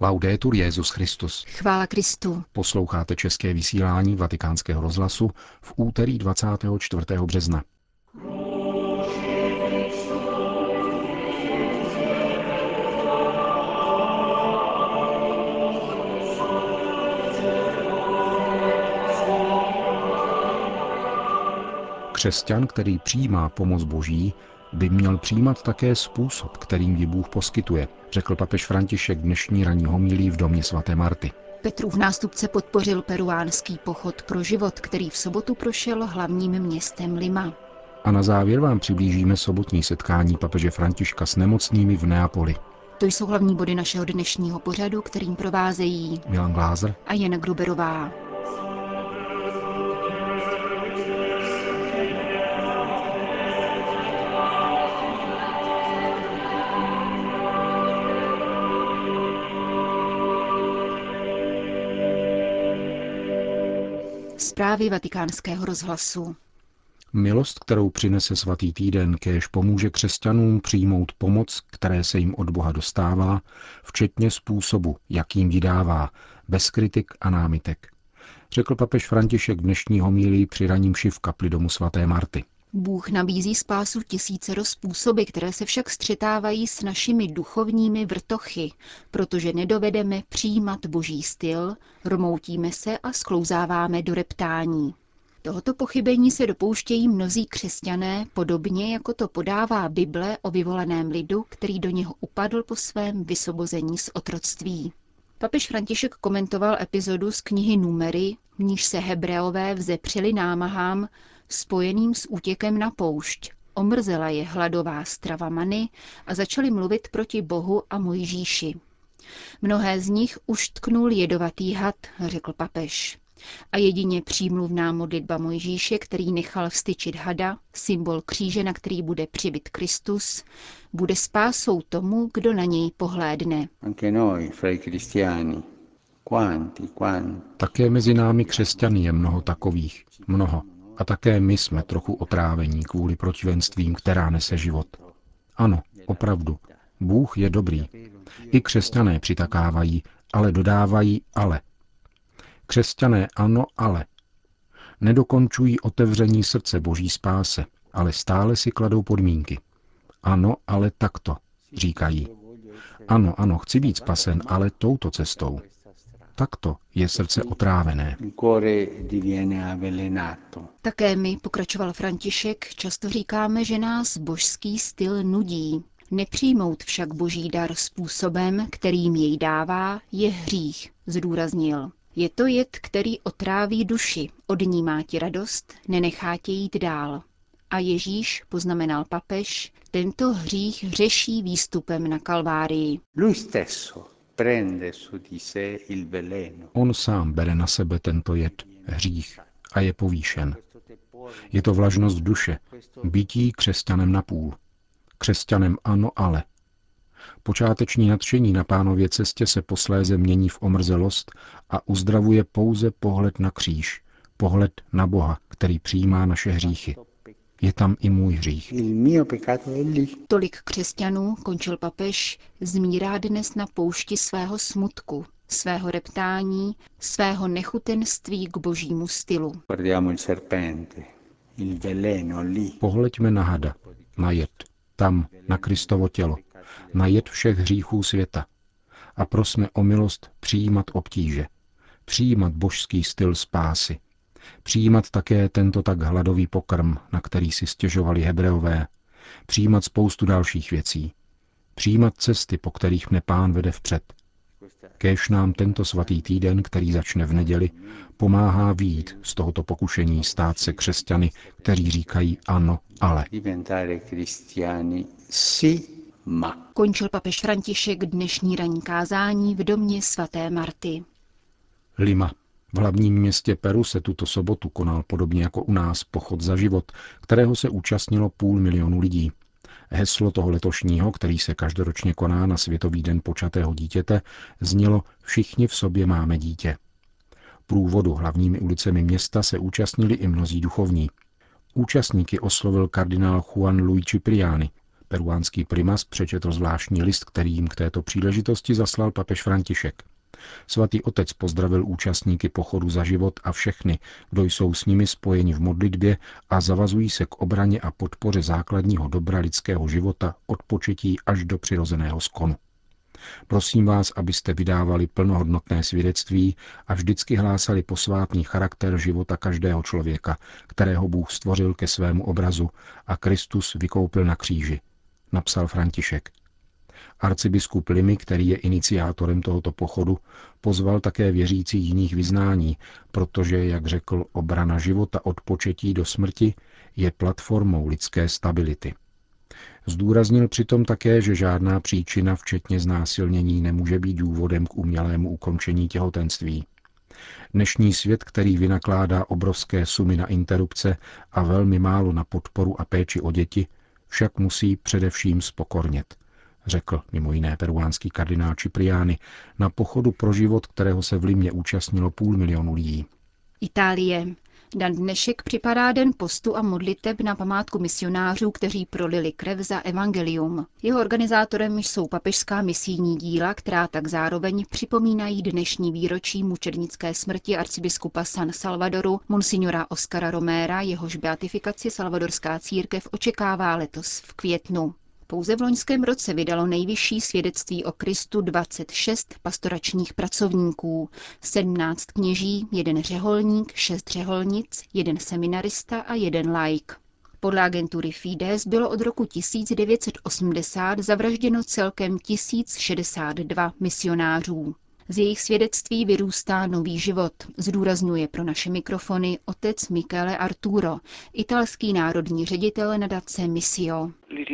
Laudetur Jesus Christus. Chvála Kristu. Posloucháte české vysílání Vatikánského rozhlasu v úterý 24. března. Křesťan, který přijímá pomoc Boží, by měl přijímat také způsob, kterým ji Bůh poskytuje, řekl papež František dnešní ranní homilí v domě svaté Marty. Petrův nástupce podpořil peruánský pochod pro život, který v sobotu prošel hlavním městem Lima. A na závěr vám přiblížíme sobotní setkání papeže Františka s nemocnými v Neapoli. To jsou hlavní body našeho dnešního pořadu, kterým provázejí Milan Glázer a Jana Gruberová. Zprávy Vatikánského rozhlasu. Milost, kterou přinese svatý týden, kéž pomůže křesťanům přijmout pomoc, které se jim od Boha dostává, včetně způsobu, jakým ji dává, bez kritik a námitek, řekl papež František dnešní homilí při ranní mši v kapli domu svaté Marty. Bůh nabízí spásu tisícero způsoby, které se však střetávají s našimi duchovními vrtochy, protože nedovedeme přijímat Boží styl, rmoutíme se a sklouzáváme do reptání. Tohoto pochybení se dopouštějí mnozí křesťané, podobně jako to podává Bible o vyvoleném lidu, který do něho upadl po svém vysvobození z otroctví. Papež František komentoval epizodu z knihy Númery, v níž se Hebreové vzepřeli námahám spojeným s útěkem na poušť. Omrzela je hladová strava many a začali mluvit proti Bohu a Mojžíši. Mnohé z nich už tknul jedovatý had, řekl papež. A jedině přímluvná modlitba Mojžíše, který nechal vstyčit hada, symbol kříže, na který bude přibit Kristus, bude spásou tomu, kdo na něj pohlédne. Také mezi námi křesťany je mnoho takových, mnoho. A také my jsme trochu otrávení kvůli protivenstvím, která nese život. Ano, opravdu, Bůh je dobrý. I křesťané přitakávají, ale dodávají ale. Křesťané ano, ale. Nedokončují otevření srdce Boží spáse, ale stále si kladou podmínky. Ano, ale takto, říkají. Ano, ano, chci být spasen, ale touto cestou. Takto je srdce otrávené. Také my, pokračoval František, často říkáme, že nás božský styl nudí. Nepřijmout však Boží dar způsobem, kterým jej dává, je hřích, zdůraznil. Je to jed, který otráví duši, odnímá ti radost, nenechá tě jít dál. A Ježíš, poznamenal papež, tento hřích řeší výstupem na Kalvárii. On sám bere na sebe tento jed, hřích, a je povýšen. Je to vlažnost duše, bytí křesťanem napůl. Křesťanem ano, ale. Počáteční nadšení na Pánově cestě se posléze mění v omrzelost a uzdravuje pouze pohled na kříž, pohled na Boha, který přijímá naše hříchy. Je tam i můj hřích. Tolik křesťanů, končil papež, zmírá dnes na poušti svého smutku, svého reptání, svého nechutenství k božímu stylu. Pohleďme na hada, na jed, tam, na Kristovo tělo, na jed všech hříchů světa a prosme o milost přijímat obtíže, přijímat božský styl spásy, přijímat také tento tak hladový pokrm, na který si stěžovali Hebreové, přijímat spoustu dalších věcí, přijímat cesty, po kterých mne Pán vede vpřed. Kéž nám tento svatý týden, který začne v neděli, pomáhá vyjít z tohoto pokušení stát se křesťany, kteří říkají ano, ale. Končil papež František dnešní ranní kázání v domě svaté Marty. Lima. V hlavním městě Peru se tuto sobotu konal podobně jako u nás pochod za život, kterého se účastnilo 500 000 lidí. Heslo toho letošního, který se každoročně koná na Světový den počatého dítěte, znělo Všichni v sobě máme dítě. Průvodu hlavními ulicemi města se účastnili i mnozí duchovní. Účastníky oslovil kardinál Juan Luis Cipriani, Peruánský primas přečetl zvláštní list, který jim k této příležitosti zaslal papež František. Svatý otec pozdravil účastníky pochodu za život a všechny, kdo jsou s nimi spojeni v modlitbě a zavazují se k obraně a podpoře základního dobra lidského života od početí až do přirozeného skonu. Prosím vás, abyste vydávali plnohodnotné svědectví a vždycky hlásali posvátný charakter života každého člověka, kterého Bůh stvořil ke svému obrazu a Kristus vykoupil na kříži, napsal František. Arcibiskup Limy, který je iniciátorem tohoto pochodu, pozval také věřící jiných vyznání, protože, jak řekl, obrana života od početí do smrti je platformou lidské stability. Zdůraznil přitom také, že žádná příčina, včetně znásilnění, nemůže být důvodem k umělému ukončení těhotenství. Dnešní svět, který vynakládá obrovské sumy na interrupce a velmi málo na podporu a péči o děti, však musí především zpokornět, řekl mimo jiné peruánský kardinál Cipriani na pochodu pro život, kterého se v Limě účastnilo 500 000 lidí. Itálie. Na dnešek připadá den postu a modliteb na památku misionářů, kteří prolili krev za evangelium. Jeho organizátorem jsou papežská misijní díla, která tak zároveň připomínají dnešní výročí mučednické smrti arcibiskupa San Salvadoru, monsignora Oscara Romera, jehož beatifikaci salvadorská církev očekává letos v květnu. Pouze v loňském roce vydalo nejvyšší svědectví o Kristu 26 pastoračních pracovníků, 17 kněží, 1 řeholník, 6 řeholnic, 1 seminarista a 1 laik. Podle agentury Fides bylo od roku 1980 zavražděno celkem 1062 misionářů. Z jejich svědectví vyrůstá nový život, zdůrazňuje pro naše mikrofony otec Michele Arturo, italský národní ředitel nadace Missio.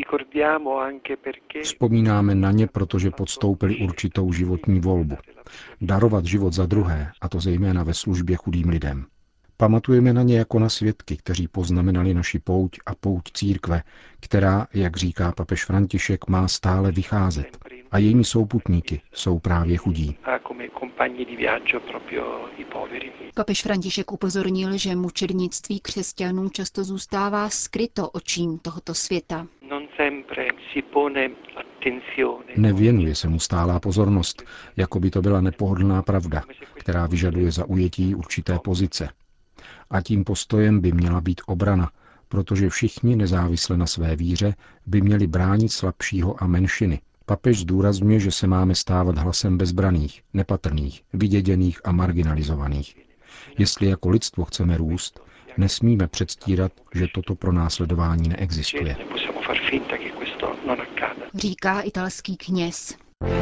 Vzpomínáme na ně, protože podstoupili určitou životní volbu. Darovat život za druhé, a to zejména ve službě chudým lidem. Pamatujeme na ně jako na svědky, kteří poznamenali naši pouť a pouť církve, která, jak říká papež František, má stále vycházet. A jejími souputníky jsou právě chudí. Papež František upozornil, že mučednictví křesťanů často zůstává skryto očím tohoto světa. Nevěnuje se mu stálá pozornost, jako by to byla nepohodlná pravda, která vyžaduje zaujetí určité pozice. A tím postojem by měla být obrana, protože všichni, nezávisle na své víře, by měli bránit slabšího a menšiny. Papež zdůrazňuje, že se máme stávat hlasem bezbraných, nepatrných, vyděděných a marginalizovaných. Jestli jako lidstvo chceme růst, nesmíme předstírat, že toto pronásledování neexistuje. Říká italský kněz.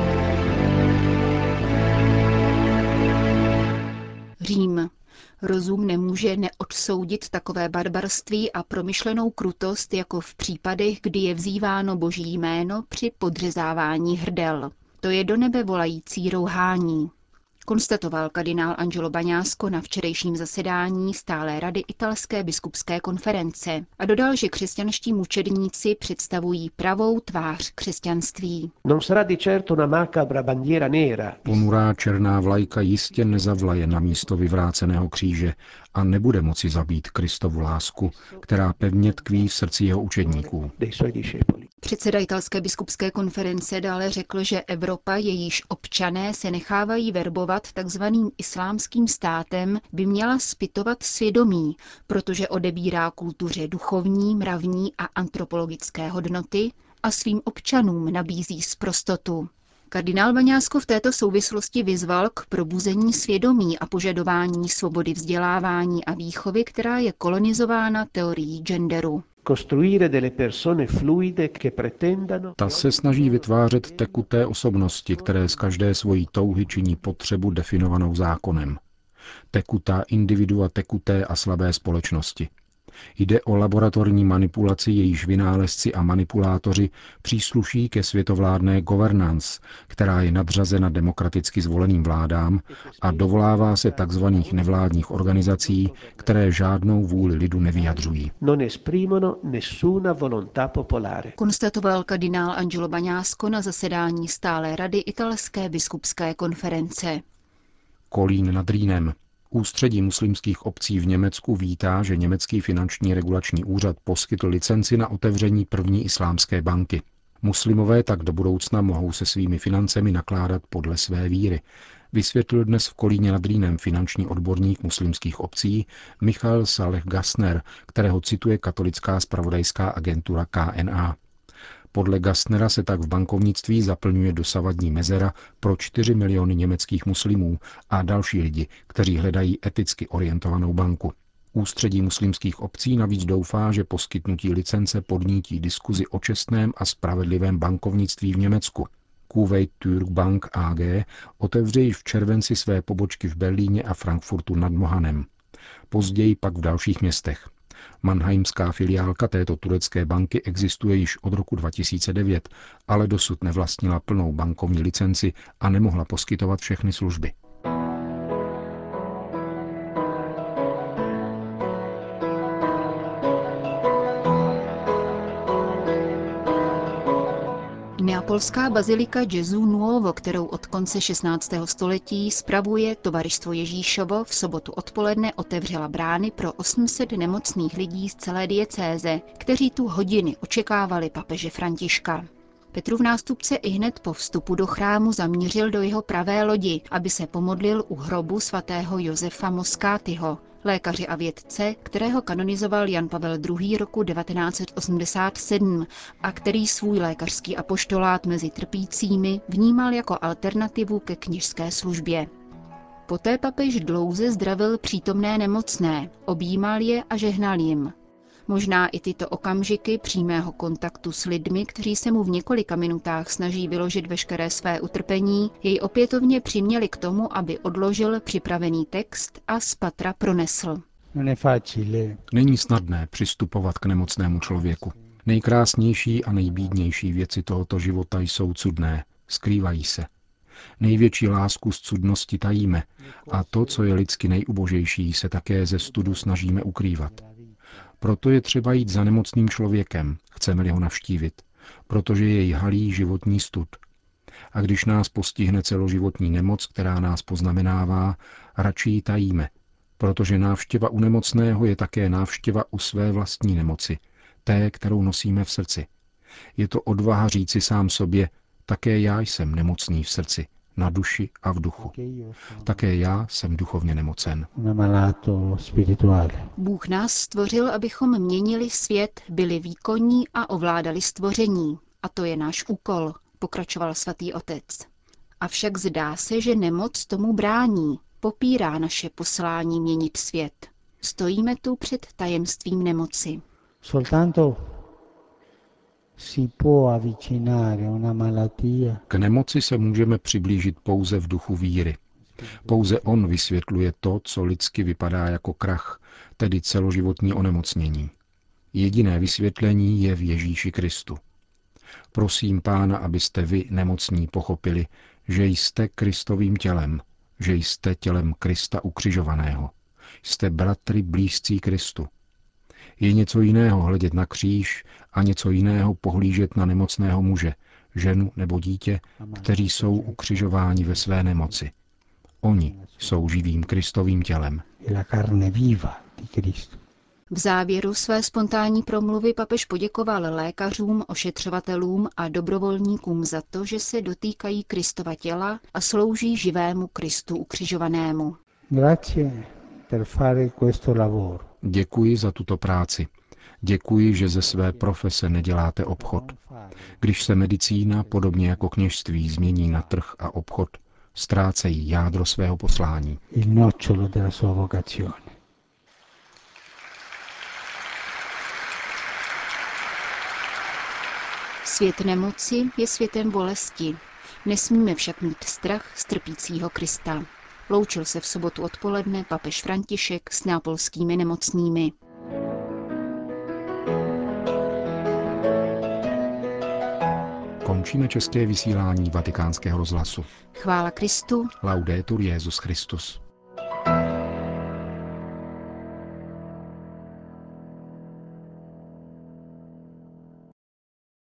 Řím. Rozum nemůže neodsoudit takové barbarství a promyšlenou krutost, jako v případech, kdy je vzýváno Boží jméno při podřezávání hrdel. To je do nebe volající rouhání, konstatoval kardinál Angelo Bagnasco na včerejším zasedání Stálé rady Italské biskupské konference a dodal, že křesťanští mučedníci představují pravou tvář křesťanství. Ponurá černá vlajka jistě nezavlaje na místo vyvráceného kříže a nebude moci zabít Kristovu lásku, která pevně tkví v srdci jeho učedníků. Předseda Italské biskupské konference dále řekl, že Evropa, jejíž občané se nechávají verbovat takzvaným islámským státem, by měla zpytovat svědomí, protože odebírá kultuře duchovní, mravní a antropologické hodnoty a svým občanům nabízí sprostotu. Kardinál Bagnasco v této souvislosti vyzval k probuzení svědomí a požadování svobody vzdělávání a výchovy, která je kolonizována teorií genderu. Ta se snaží vytvářet tekuté osobnosti, které z každé svojí touhy činí potřebu definovanou zákonem. Tekutá individua tekuté a slabé společnosti. Jde o laboratorní manipulaci, jejíž vynálezci a manipulátoři přísluší ke světovládné governance, která je nadřazena demokraticky zvoleným vládám a dovolává se tzv. Nevládních organizací, které žádnou vůli lidu nevyjadřují. Konstatoval kardinál Angelo Bagnasco na zasedání Stálé rady Italské biskupské konference. Kolín nad Rýnem. Ústředí muslimských obcí v Německu vítá, že německý finanční regulační úřad poskytl licenci na otevření první islámské banky. Muslimové tak do budoucna mohou se svými financemi nakládat podle své víry, vysvětlil dnes v Kolíně nad Rýnem finanční odborník muslimských obcí Michael Saleh Gassner, kterého cituje katolická zpravodajská agentura KNA. Podle Gassnera se tak v bankovnictví zaplňuje dosavadní mezera pro 4 miliony německých muslimů a další lidi, kteří hledají eticky orientovanou banku. Ústředí muslimských obcí navíc doufá, že poskytnutí licence podnítí diskuzi o čestném a spravedlivém bankovnictví v Německu. Kuwait Türk Bank AG otevře již v červenci své pobočky v Berlíně a Frankfurtu nad Mohanem. Později pak v dalších městech. Mannheimská filiálka této turecké banky existuje již od roku 2009, ale dosud nevlastnila plnou bankovní licenci a nemohla poskytovat všechny služby. Neapolská bazilika Gesù Nuovo, kterou od konce 16. století spravuje Tovaristvo Ježíšovo, v sobotu odpoledne otevřela brány pro 800 nemocných lidí z celé diecéze, kteří tu hodiny očekávali papeže Františka. Petrův nástupce ihned po vstupu do chrámu zamířil do jeho pravé lodi, aby se pomodlil u hrobu svatého Josefa Moskátyho, lékaře a vědce, kterého kanonizoval Jan Pavel II. Roku 1987 a který svůj lékařský apoštolát mezi trpícími vnímal jako alternativu ke kněžské službě. Poté papež dlouze zdravil přítomné nemocné, objímal je a žehnal jim. Možná i tyto okamžiky přímého kontaktu s lidmi, kteří se mu v několika minutách snaží vyložit veškeré své utrpení, jej opětovně přiměli k tomu, aby odložil připravený text a z patra pronesl. Není snadné přistupovat k nemocnému člověku. Nejkrásnější a nejbídnější věci tohoto života jsou cudné, skrývají se. Největší lásku z cudnosti tajíme a to, co je lidsky nejubožejší, se také ze studu snažíme ukrývat. Proto je třeba jít za nemocným člověkem, chceme-li ho navštívit, protože jej halí životní stud. A když nás postihne celoživotní nemoc, která nás poznamenává, radši ji tajíme, protože návštěva u nemocného je také návštěva u své vlastní nemoci, té, kterou nosíme v srdci. Je to odvaha říci sám sobě, také já jsem nemocný v srdci, na duši a v duchu. Také já jsem duchovně nemocen. Bůh nás stvořil, abychom měnili svět, byli výkonní a ovládali stvoření. A to je náš úkol, pokračoval svatý otec. Avšak zdá se, že nemoc tomu brání, popírá naše poslání měnit svět. Stojíme tu před tajemstvím nemoci. K nemoci se můžeme přiblížit pouze v duchu víry. Pouze on vysvětluje to, co lidsky vypadá jako krach, tedy celoživotní onemocnění. Jediné vysvětlení je v Ježíši Kristu. Prosím Pána, abyste vy, nemocní, pochopili, že jste Kristovým tělem, že jste tělem Krista ukřižovaného. Jste bratry blízcí Kristu. Je něco jiného hledět na kříž a něco jiného pohlížet na nemocného muže, ženu nebo dítě, kteří jsou ukřižováni ve své nemoci. Oni jsou živým Kristovým tělem. V závěru své spontánní promluvy papež poděkoval lékařům, ošetřovatelům a dobrovolníkům za to, že se dotýkají Kristova těla a slouží živému Kristu ukřižovanému. Děkuji za tuto práci. Děkuji, že ze své profese neděláte obchod. Když se medicína, podobně jako kněžství, změní na trh a obchod, ztrácejí jádro svého poslání. Svět nemoci je světem bolesti. Nesmíme však mít strach z trpícího Krista. Loučil se v sobotu odpoledne papež František s neapolskými nemocnými. Končíme české vysílání Vatikánského rozhlasu. Chvála Kristu. Laudetur Jesus Christus.